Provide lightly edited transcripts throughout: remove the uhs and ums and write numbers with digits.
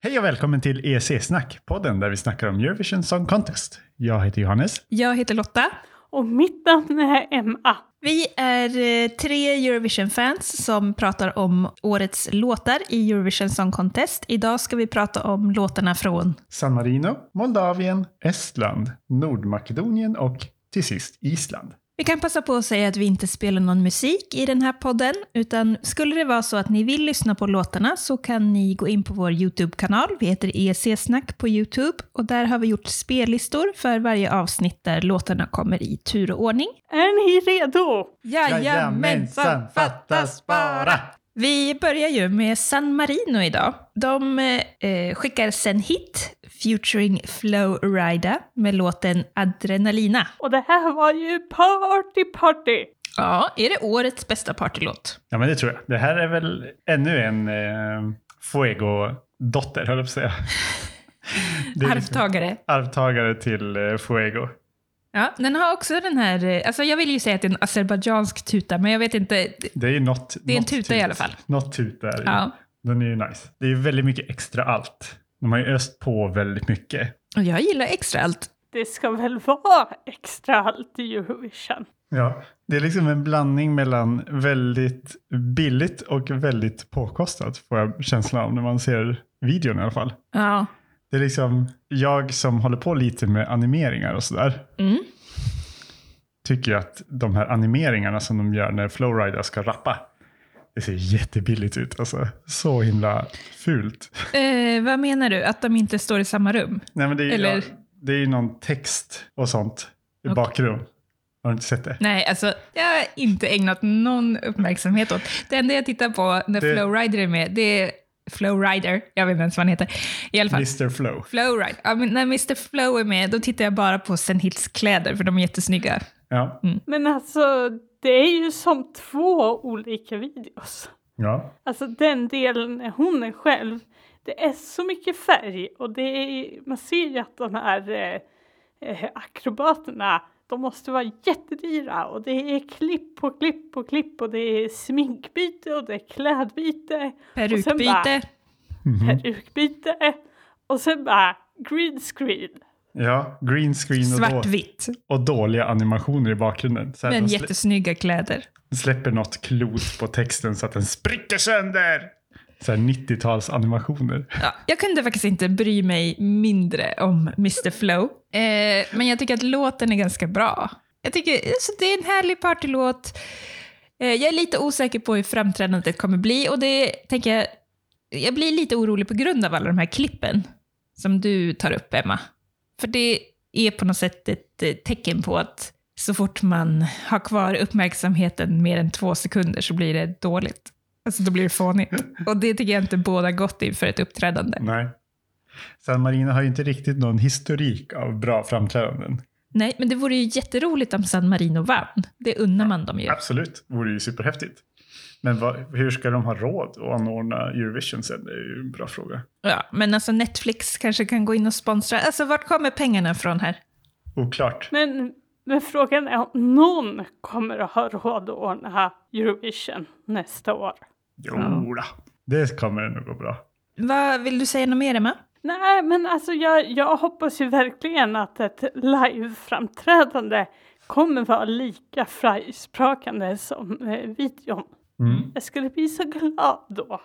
Hej och välkommen till ESC-snack, podden där vi snackar om Eurovision Song Contest. Jag heter Johannes. Jag heter Lotta. Och mitt namn är Emma. Vi är 3 Eurovision-fans som pratar om årets låtar i Eurovision Song Contest. Idag ska vi prata om låtarna från San Marino, Moldavien, Estland, Nordmakedonien och till sist Island. Vi kan passa på att säga att vi inte spelar någon musik i den här podden, utan skulle det vara så att ni vill lyssna på låtarna så kan ni gå in på vår YouTube-kanal. Vi heter ESC-snack på YouTube och där har vi gjort spellistor för varje avsnitt där låtarna kommer i tur och ordning. Är ni redo? Jajamensan, fattas bara! Vi börjar ju med San Marino idag. De skickar Sen Hit featuring Flo Rida med låten Adrenalina. Och det här var ju party. Ja, är det årets bästa partylåt? Ja, men det tror jag. Det här är väl ännu en Fuego-dotter, höll jag på att säga. Det är Arvtagare. liksom arvtagare till Fuego. Ja, den har också den här, alltså jag vill ju säga att det är en azerbaijansk tuta, men jag vet inte. Det är ju något. Det är en tuta i alla fall. Något tuta är det. Ja. Den är ju nice. Det är ju väldigt mycket extra allt. De har ju öst på väldigt mycket. Och jag gillar extra allt. Det ska väl vara extra allt i Eurovision. Ja, det är liksom en blandning mellan väldigt billigt och väldigt påkostat, får jag känslan av när man ser videon i alla fall. Ja. Det är liksom jag som håller på lite med animeringar och sådär. Tycker att de här animeringarna som de gör när Flo Rida ska rappa, det ser jättebilligt ut. Alltså, så himla fult. Vad menar du? Att de inte står i samma rum? Nej, men det är, Eller? det är ju någon text och sånt i bakgrund. Har du inte sett det? Nej, alltså jag har inte ägnat någon uppmärksamhet åt. Det enda jag tittar på när Flo Rida är med, det är Flo Rider. Jag vet inte ens vad han heter. I alla fall. Mr. Flo. Flo Rida. Ja, men när Mr. Flo är med, då tittar jag bara på Sen Hits kläder, för de är jättesnygga. Ja. Men alltså, det är ju som 2 olika videos. Ja. Alltså den delen när hon är själv, det är så mycket färg. Och det är, man ser ju att de här akrobaterna, de måste vara jättedyra. Och det är klipp på klipp på klipp. Och det är sminkbyte och det är klädbyte. Perukbyte. Perukbyte. Och sen bara green screen. Ja, green screen Svartvitt. och dåliga animationer i bakgrunden. Så här, Men de jättesnygga kläder. släpper något klot på texten så att den spricker sönder. Så här 90-tals animationer. Ja, jag kunde faktiskt inte bry mig mindre om Mr. Flo. Men jag tycker att låten är ganska bra. Jag tycker alltså, det är en härlig partylåt. Jag är lite osäker på hur framträdandet kommer bli. Och det tänker jag blir lite orolig på grund av alla de här klippen som du tar upp, Emma. För det är på något sätt ett tecken på att så fort man har kvar uppmärksamheten mer än 2 sekunder så blir det dåligt. Alltså då blir det fånigt. Och det tycker jag inte båda gott inför ett uppträdande. Nej. San Marino har ju inte riktigt någon historik av bra framträdanden. Nej, men det vore ju jätteroligt om San Marino vann. Det unnar man dem ju. Absolut, det vore ju superhäftigt. Men hur ska de ha råd att anordna Eurovision sen? Det är ju en bra fråga. Ja, men alltså Netflix kanske kan gå in och sponsra. Alltså vart kommer pengarna från här? Oklart. Men frågan är om någon kommer att ha råd att ordna Eurovision nästa år. Jo, det kommer nog gå bra. Vad vill du säga något mer, Emma? Nej, men alltså jag hoppas ju verkligen att ett live-framträdande kommer vara lika färgsprakande som videon. Jag skulle bli så glad då.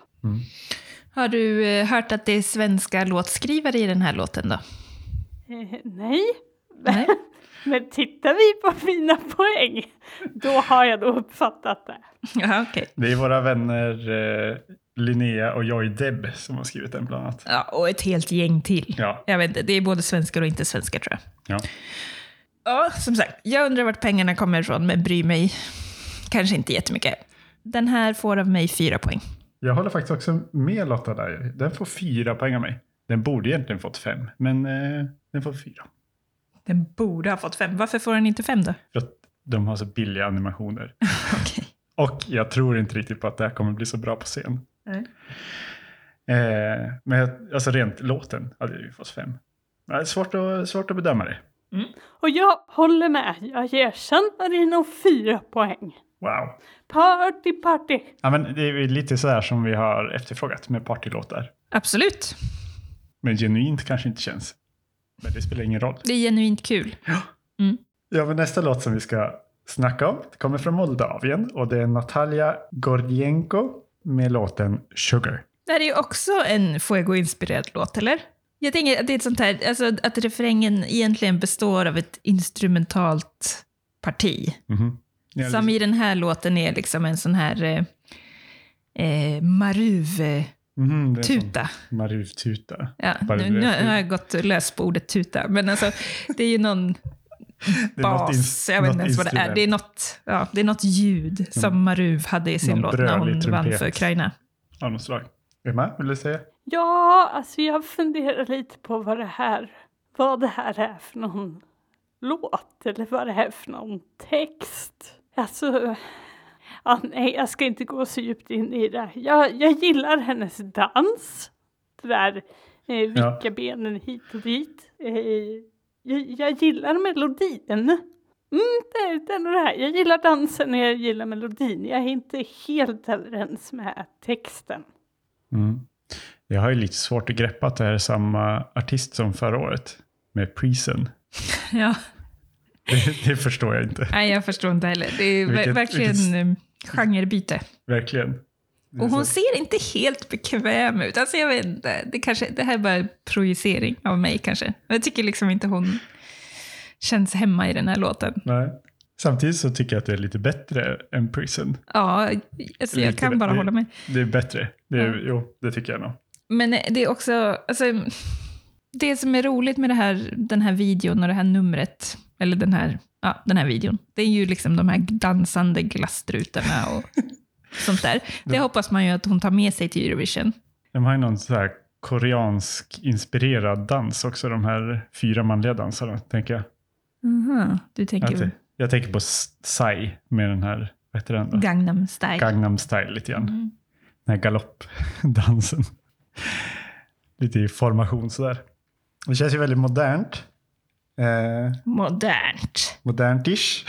Har du hört att det är svenska låtskrivare i den här låten då? Nej. Nej. Men tittar vi på mina poäng, då har jag då uppfattat det. Ja, okej. Det är våra vänner Linnea och Joy Deb som har skrivit den bland annat. Ja, och ett helt gäng till. Ja. Jag vet inte, det är både svenskar och inte svenskar tror jag. Ja. Ja, som sagt, jag undrar vart pengarna kommer ifrån, men bryr mig kanske inte jättemycket. Den här får av mig 4 poäng. Jag håller faktiskt också med Lotta där. Den får 4 poäng av mig. Den borde egentligen fått 5, men den får 4. Den borde ha fått 5. Varför får den inte 5 då? För att de har så billiga animationer. Okej. Och jag tror inte riktigt på att det här kommer bli så bra på scen. Nej. Men alltså rent låten hade jag ju fått 5. Det är svårt att bedöma det. Och jag håller med. Jag ger San Marino 4 poäng. Wow. Party. Ja, men det är lite så här som vi har efterfrågat med partylåtar. Absolut. Men genuint kanske inte känns. Men det spelar ingen roll. Det är genuint kul. Ja, men nästa låt som vi ska snacka om kommer från Moldavien. Och det är Natalia Gordienko med låten Sugar. Det här är ju också en Fuego-inspirerad låt, eller? Jag tänker att det är ett sånt här, alltså att refrängen egentligen består av ett instrumentalt parti. Ja, som i den här låten är liksom en sån här maruv-tuta. Maruv-tuta. Ja, nu har jag gått lös på ordet tuta, men alltså det är ju någon bas, jag vet inte ens vad det är. Det är något ljud som Maruv hade i sin låt när hon vann för Ukraina. Av något slag. Emma, vill du säga? Ja, alltså jag funderar lite på vad det här är för någon låt. Eller vad det här är för någon text. Alltså, nej, jag ska inte gå så djupt in i det. Jag gillar hennes dans. Det där vicka benen hit och dit. Jag gillar melodin. Det är nog det här. Jag gillar dansen och jag gillar melodin. Jag är inte helt överens med texten. Jag har ju lite svårt att greppa att det här är samma artist som förra året. Med Prison. Ja. Det förstår jag inte. Nej, jag förstår inte heller. Det är verkligen genrebyte. Verkligen. Och hon ser inte helt bekväm ut. Alltså jag vet inte. Det här är bara projicering av mig kanske. Jag tycker liksom inte hon känns hemma i den här låten. Nej. Samtidigt så tycker jag att det är lite bättre än Prison. Ja, alltså jag kan bara hålla med. Det är bättre. Jo, det tycker jag nog. Men det är också, alltså, det som är roligt med den här videon och det här numret, eller den här videon, det är ju liksom de här dansande glasstrutarna och sånt där. Det hoppas man ju att hon tar med sig till Eurovision. De har ju någon så här koreansk inspirerad dans också, de här 4 manliga dansarna, tänker jag. Du tänker... Jag tänker på Psy med den här, vad heter den då? Gangnam Style lite grann. Den här galoppdansen. Lite i formation sådär. Det känns ju väldigt modernt. Modernt-ish.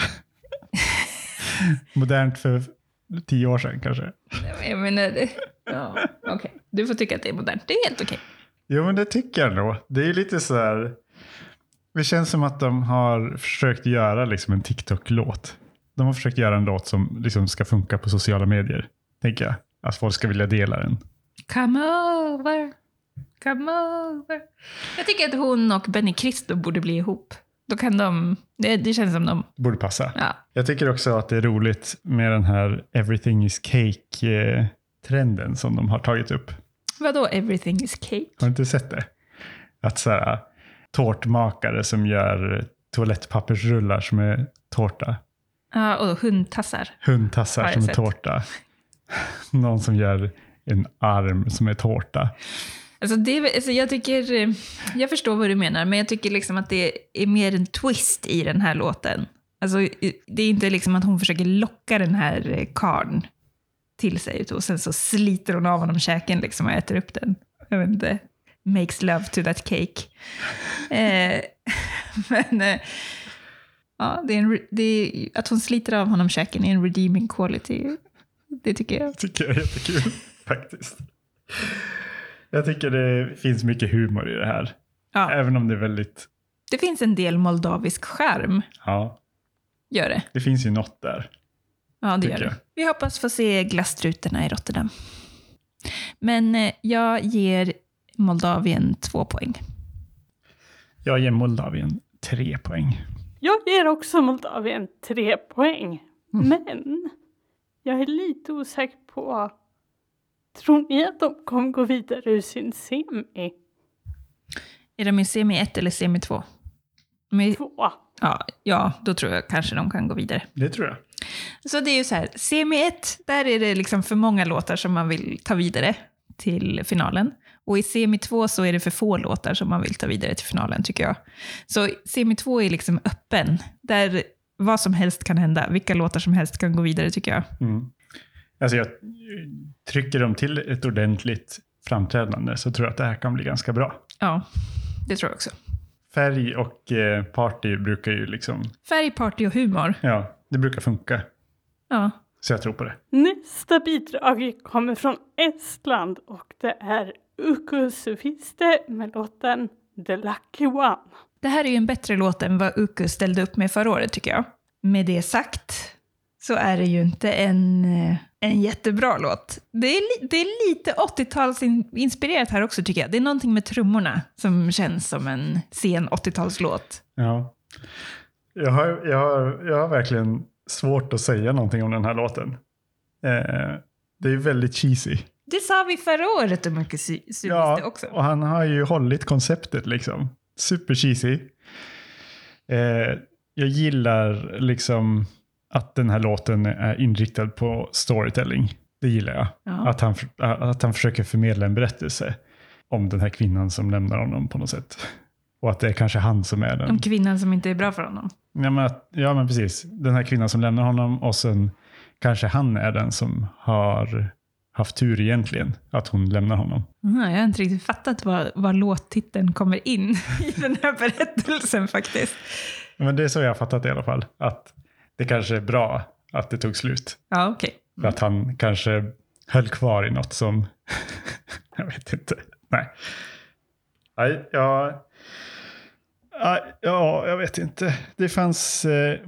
Modernt för 10 år sedan kanske. Jag menar det. Ja, okej. Du får tycka att det är modernt. Det är helt okej. Jo, men det tycker jag nog. Det är lite så här... Det känns som att de har försökt göra liksom en TikTok-låt. De har försökt göra en låt som liksom ska funka på sociala medier. Tänker jag. Att folk ska vilja dela den. Come over. Jag tycker att hon och Benny Cristo borde bli ihop. Då kan de... Det känns som de... Borde passa. Ja. Jag tycker också att det är roligt med den här Everything is Cake-trenden som de har tagit upp. Vadå Everything is Cake? Har du inte sett det? Att så här... tårtmakare som gör toalettpappersrullar som är tårta. Ja, och hundtassar. Hundtassar som är tårta. Någon som gör en arm som är tårta. Alltså jag förstår vad du menar, men jag tycker liksom att det är mer en twist i den här låten. Alltså det är inte liksom att hon försöker locka den här karln till sig, och sen så sliter hon av honom käken liksom och äter upp den. Jag vet inte. Makes love to that cake. Men ja, det är att hon sliter av honom käken är en redeeming quality. Det tycker jag. Tycker jag är jättekul faktiskt. Jag tycker det finns mycket humor i det här. Ja. Även om det är väldigt... Det finns en del moldavisk charm. Ja. Gör det. Det finns ju något där. Ja, det gör det. Vi hoppas få se glasstrutorna i Rotterdam. Men jag ger Moldavien 2 poäng. Jag ger Moldavien 3 poäng. Jag ger också Moldavien 3 poäng. Men jag är lite osäker på... Tror ni att de kommer gå vidare ur sin semi? Är de i semi 1 eller semi 2? 2. Ja, då tror jag kanske de kan gå vidare. Det tror jag. Så det är ju så här, semi 1, där är det liksom för många låtar som man vill ta vidare till finalen. Och i semi 2 så är det för få låtar som man vill ta vidare till finalen, tycker jag. Så semi 2 är liksom öppen, där vad som helst kan hända. Vilka låtar som helst kan gå vidare, tycker jag. Alltså jag trycker dem till ett ordentligt framträdande, så tror jag att det här kan bli ganska bra. Ja, det tror jag också. Färg och party brukar ju liksom... Färg, party och humor. Ja, det brukar funka. Ja. Så jag tror på det. Nästa bidrag kommer från Estland och det är Uku Suviste med låten The Lucky One. Det här är ju en bättre låt än vad Uku ställde upp med förra året tycker jag. Med det sagt så är det ju inte en jättebra låt. Det är lite 80-talsinspirerat här också tycker jag. Det är någonting med trummorna som känns som en sen 80-talslåt. Ja. Jag har verkligen svårt att säga någonting om den här låten. Det är väldigt cheesy. Det sa vi förra året om Uku Suviste också. Och han har ju hållit konceptet liksom. Super cheesy. Jag gillar liksom att den här låten är inriktad på storytelling. Det gillar jag. Ja. Att han försöker förmedla en berättelse om den här kvinnan som lämnar honom på något sätt. Och att det är kanske han som är den. Om kvinnan som inte är bra för honom. Ja men precis. Den här kvinnan som lämnar honom och sen kanske han är den som har haft tur egentligen att hon lämnar honom. Jag har inte riktigt fattat var låttiteln kommer in i den här berättelsen faktiskt. Men det är så jag har fattat i alla fall. Att det kanske är bra att det tog slut. Ja, okej. För att han kanske höll kvar i något som... jag vet inte. Nej, jag vet inte. Det fanns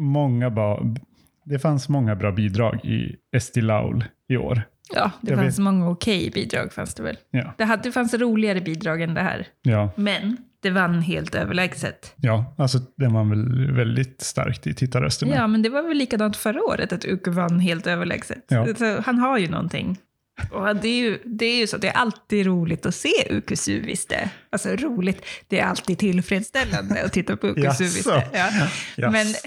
många bra bidrag i Esti Laul i år. Ja, det fanns många okej bidrag fanns det väl. Ja. Det fanns roligare bidrag än det här. Ja. Men det vann helt överlägset. Ja, alltså den var väl väldigt starkt i tittarrösterna. Ja, men det var väl likadant förra året att Uku vann helt överlägset. Ja. Så han har ju någonting. Och det är ju så att det är alltid roligt att se Uku Suviste. Alltså roligt, det är alltid tillfredsställande att titta på Uku Suviste. Ja.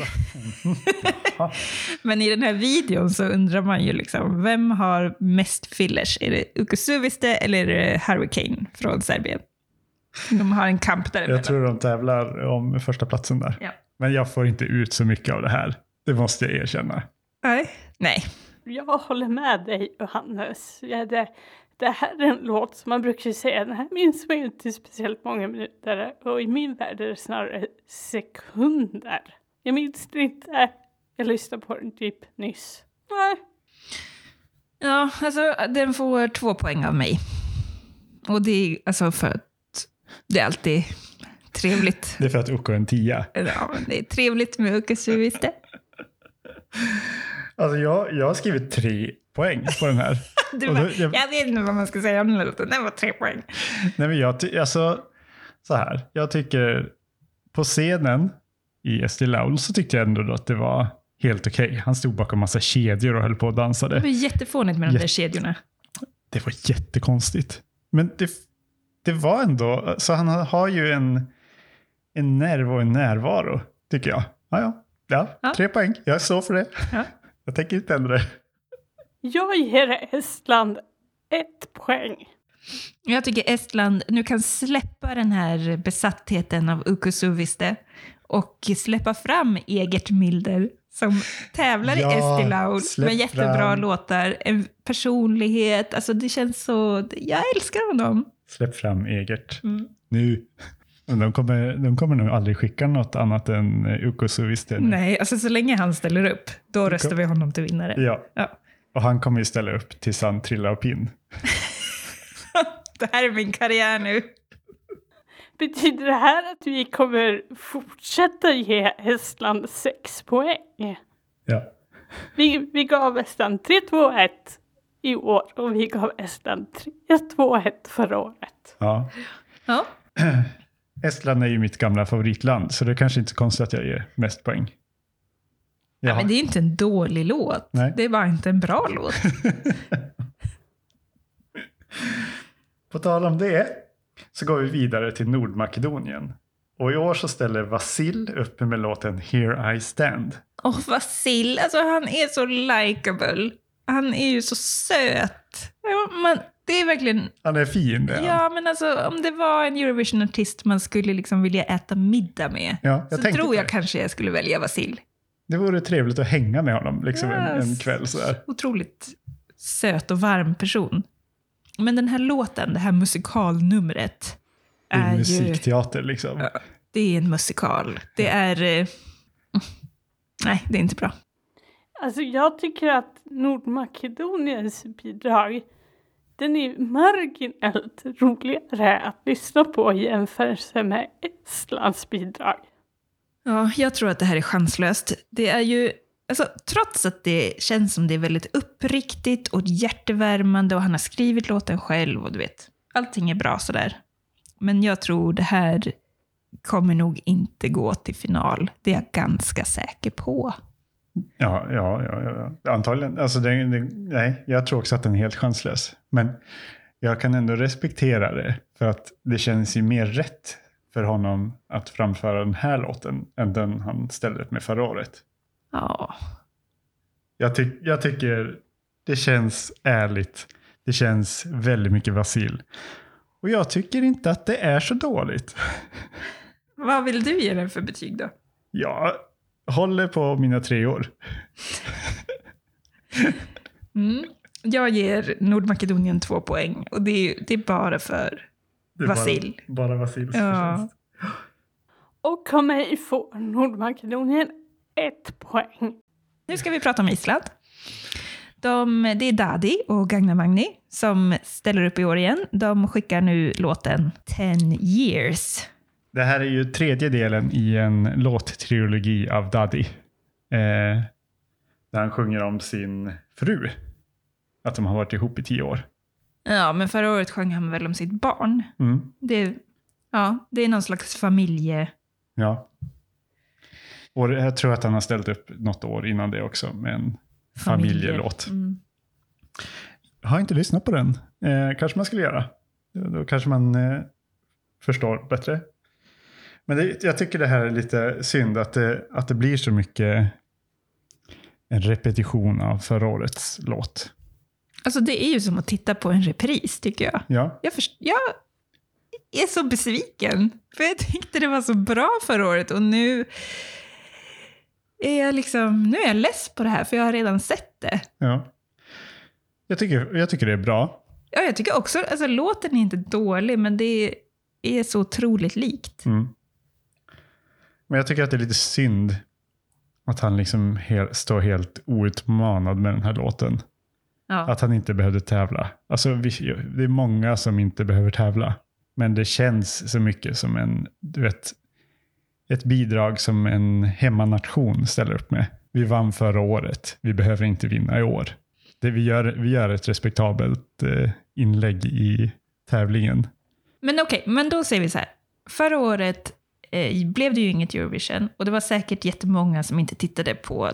Men i den här videon så undrar man ju liksom, vem har mest fillers? Är det Uku Suviste eller är det Hurricane från Serbien? De har en kamp däremellan. Jag tror de tävlar om första platsen där. Ja. Men jag får inte ut så mycket av det här. Det måste jag erkänna. Nej. Jag håller med dig, Johannes. Det här är en låt som man brukar säga, den här minns man ju inte speciellt många minuter. Och i min värld är det snarare sekunder. Jag minns det inte. Jag lyssnade på den typ nyss. Nej. Ja, alltså den får 2 poäng av mig. Och det är alltså för att det är alltid trevligt. Det är för att Uku är en 10. Ja, men det är trevligt med Uku Suviste. Alltså jag har skrivit 3 poäng på den här. Jag vet inte vad man ska säga om den låten. Den var 3 poäng. Nej men jag tycker på scenen i Esti Laul så tyckte jag ändå att det var helt okej. Han stod bakom massa kedjor och höll på och dansade. Det var jättefånigt med de där kedjorna. Det var jättekonstigt. Men det var ändå, så han har ju en nerv och en närvaro, tycker jag. Ja, 3 poäng. Jag står för det. Ja. Jag tänker inte ändra det. Jag ger Estland 1 poäng. Jag tycker Estland nu kan släppa den här besattheten av Uku Suviste och släppa fram Egert Milder som tävlar i Esti Laul med jättebra låtar, en personlighet, alltså det känns så, jag älskar honom. Släpp fram Egert. Nu. De kommer nog aldrig skicka något annat än Uku Suviste. Nej, alltså så länge han ställer upp, då röstar vi honom till vinnare. Ja. Och han kommer ju ställa upp tills han trillar av pinn. Det här är min karriär nu. Betyder det här att vi kommer fortsätta ge Estland 6 poäng? Ja. Vi gav Estland 3-2-1 i år och vi gav Estland 3-2-1 förra året. Ja. Estland är ju mitt gamla favoritland, så det är kanske inte så konstigt att jag ger mest poäng. Ja, men det är inte en dålig låt. Nej. Det är bara inte en bra låt. På tal om det så går vi vidare till Nordmakedonien. Och i år så ställer Vasil upp med låten Here I Stand. Vasil, alltså han är så likeable. Han är ju så söt. Det är verkligen... Han är fin, det. Ja, men alltså om det var en Eurovision-artist man skulle liksom vilja äta middag med, så tror jag kanske jag skulle välja Vasil. Det vore trevligt att hänga med honom liksom en kväll så där. Otroligt söt och varm person. Men den här låten, det här musikalnumret är ju... musikteater liksom. Ja, det är en musikal. Det är... Nej, det är inte bra. Alltså jag tycker att Nordmakedoniens bidrag Den är marginellt roligare att lyssna på i jämförelse med Estlands bidrag. Ja, jag tror att det här är chanslöst. Det är ju, alltså, trots att det känns som det är väldigt uppriktigt och hjärtevärmande och han har skrivit låten själv och du vet, allting är bra sådär. Men jag tror det här kommer nog inte gå till final. Det är jag ganska säker på. Ja. Antagligen. Alltså nej, jag tror också att den är helt chanslös. Men jag kan ändå respektera det. För att det känns ju mer rätt för honom att framföra den här låten än den han ställde upp med förra året. Ja. Jag tycker det känns ärligt. Det känns väldigt mycket Vasil. Och jag tycker inte att det är så dåligt. Vad vill du ge den för betyg då? Jag håller på mina 3 år. Jag ger Nordmakedonien 2 poäng. Och det är bara för Vasil. Bara Vasils förtjänst. Och av mig får Nordmakedonien 1 poäng. Nu ska vi prata om Island. Det är Daddy och Gagna Magni som ställer upp i år igen. De skickar nu låten 10 years. Det här är ju 3:e delen i en låttrilogi av Daddy. Där han sjunger om sin fru. Att de har varit ihop i 10 år. Ja, men förra året sjöng han väl om sitt barn. Mm. Det är någon slags familje... Ja. Och jag tror att han har ställt upp något år innan det också med en familjelåt. Jag har inte lyssnat på den. Kanske man skulle göra. Då kanske man förstår bättre. Men jag tycker det här är lite synd att det blir så mycket en repetition av förra årets låt. Alltså det är ju som att titta på en repris tycker jag. Ja. Jag är så besviken. För jag tyckte det var så bra förra året och nu är jag less på det här för jag har redan sett det. Ja. Jag tycker det är bra. Ja, jag tycker också, alltså låten är inte dålig men det är så otroligt likt. Mm. Men jag tycker att det är lite synd att han liksom står helt outmanad med den här låten. Ja. Att han inte behövde tävla. Alltså det är många som inte behöver tävla. Men det känns så mycket som ett bidrag som en hemmanation ställer upp med. Vi vann förra året. Vi behöver inte vinna i år. Vi gör ett respektabelt inlägg i tävlingen. Men okej, men då säger vi så här. Förra året blev det ju inget Eurovision. Och det var säkert jättemånga som inte tittade på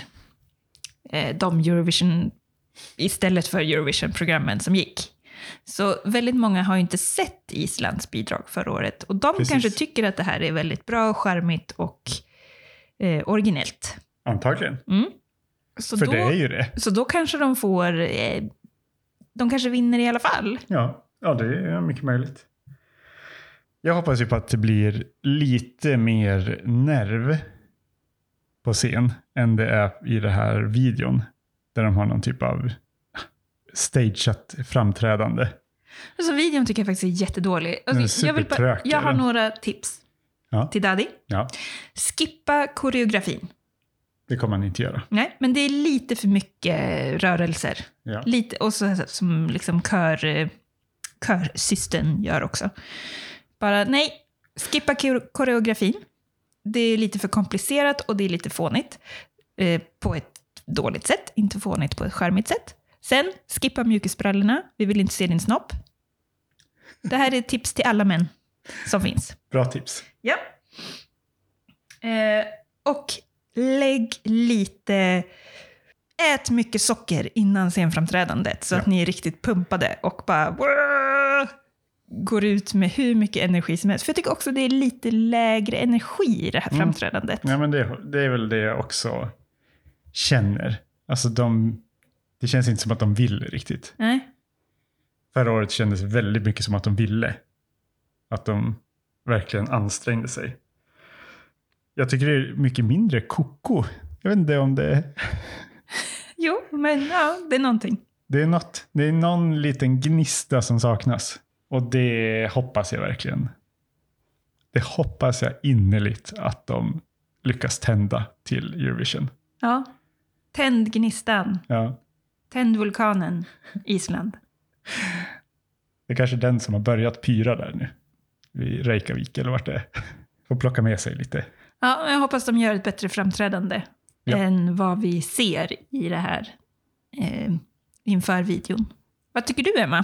de Eurovision istället för Eurovision-programmen som gick. Så väldigt många har ju inte sett Islands bidrag förra året. Och de kanske tycker att det här är väldigt bra, charmigt och originellt. Antagligen. Så för då, det är ju det. Så då kanske de får... de kanske vinner i alla fall. Ja, det är mycket möjligt. Jag hoppas ju på att det blir lite mer nerv på scen än det är i det här videon. Där de har någon typ av stageat framträdande. Alltså videon tycker jag faktiskt är jättedålig. Alltså, jag har några tips till Daddy. Ja. Skippa koreografin. Det kommer man inte göra. Nej, men det är lite för mycket rörelser. Ja. Lite, och så som liksom körsystern gör också. Bara nej, skippa koreografin. Det är lite för komplicerat och det är lite fånigt. På ett dåligt sätt, inte fånigt på ett charmigt sätt. Sen, skippa mjukisbrallorna. Vi vill inte se din snopp. Det här är tips till alla män som finns. Bra tips. Ja. Och lägg lite... Ät mycket socker innan scenframträdandet så att ni är riktigt pumpade och bara går ut med hur mycket energi som helst. För jag tycker också det är lite lägre energi i det här framträdandet. Ja, men det är väl det jag också känner. Alltså det känns inte som att de vill riktigt. Nej. Förra året kändes väldigt mycket som att de ville. Att de verkligen ansträngde sig. Jag tycker det är mycket mindre koko. Jag vet inte om det... Jo, men ja, det är någonting. Det är någon liten gnista som saknas. Och det hoppas jag verkligen. Det hoppas jag innerligt att de lyckas tända till Eurovision. Ja. Tänd gnistan. Ja. Tänd vulkanen, Island. Det är kanske den som har börjat pyra där nu. I Reykjavik eller vart det är. Får plocka med sig lite. Ja, jag hoppas de gör ett bättre framträdande än vad vi ser i det här inför videon. Vad tycker du, Emma?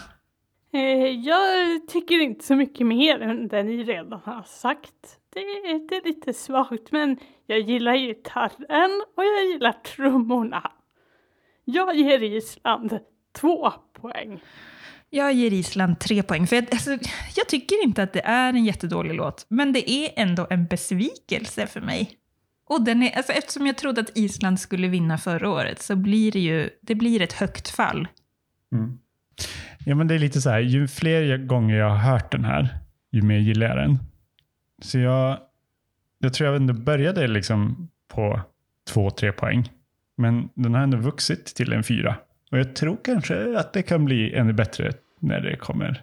Jag tycker inte så mycket mer än det ni redan har sagt. Det är lite svagt, men jag gillar gitarren och jag gillar trummorna. Jag ger Island 2 poäng. Jag ger Island 3 poäng. För jag tycker inte att det är en jättedålig låt. Men det är ändå en besvikelse för mig. Och den är, eftersom jag trodde att Island skulle vinna förra året så blir det blir ett högt fall. Mm. Ja, men det är lite så här, ju fler gånger jag har hört den här, ju mer gillar jag den. Så jag tror jag ändå började liksom på 2-3 poäng. Men den har ändå vuxit till en 4. Och jag tror kanske att det kan bli ännu bättre när det kommer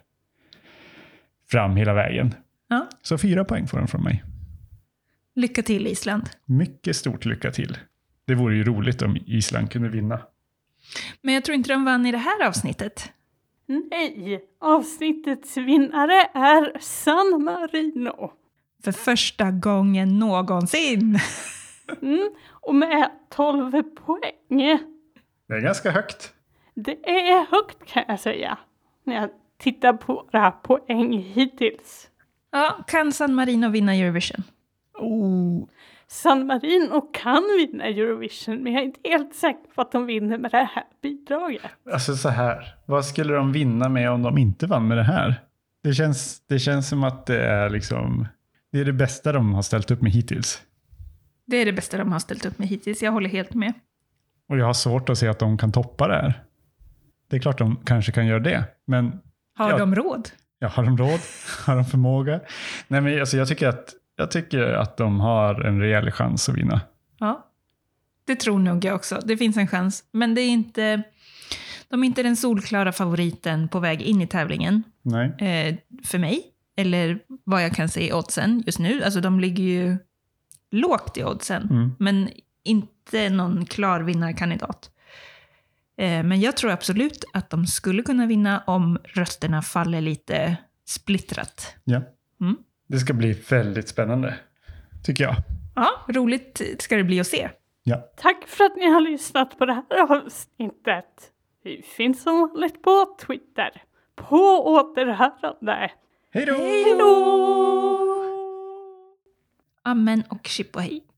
fram hela vägen. Ja. Så 4 poäng får den från mig. Lycka till, Island. Mycket stort lycka till. Det vore ju roligt om Island kunde vinna. Men jag tror inte de vann i det här avsnittet. Nej, avsnittets vinnare är San Marino. För första gången någonsin. Och med 12 poäng. Det är ganska högt. Det är högt, kan jag säga, när jag tittar på våra poäng hittills. Ja, kan San Marino vinna Eurovision? San Marino kan vinna Eurovision, men jag är inte helt säker på att de vinner med det här bidraget. Alltså så här, vad skulle de vinna med om de inte vann med det här? Det känns som att det är liksom, det är det bästa de har ställt upp med hittills. Det är det bästa de har ställt upp med hittills, jag håller helt med. Och jag har svårt att se att de kan toppa det här. Det är klart de kanske kan göra det, men... Har de råd? Ja, har de råd? Har de förmåga? Nej, men alltså, jag tycker att de har en rejäl chans att vinna. Ja, det tror nog jag också. Det finns en chans, men de är inte den solklara favoriten på väg in i tävlingen. Nej. För mig, eller vad jag kan se i oddsen just nu. Alltså de ligger ju lågt i oddsen, men inte någon klar vinnarkandidat. Men jag tror absolut att de skulle kunna vinna om rösterna faller lite splittrat. Ja. Det ska bli väldigt spännande, tycker jag. Ja, roligt ska det bli att se. Ja. Tack för att ni har lyssnat på det här avsnittet. Vi finns som vanligt på Twitter. På återhörande. Hej då! Amen och chip och hej.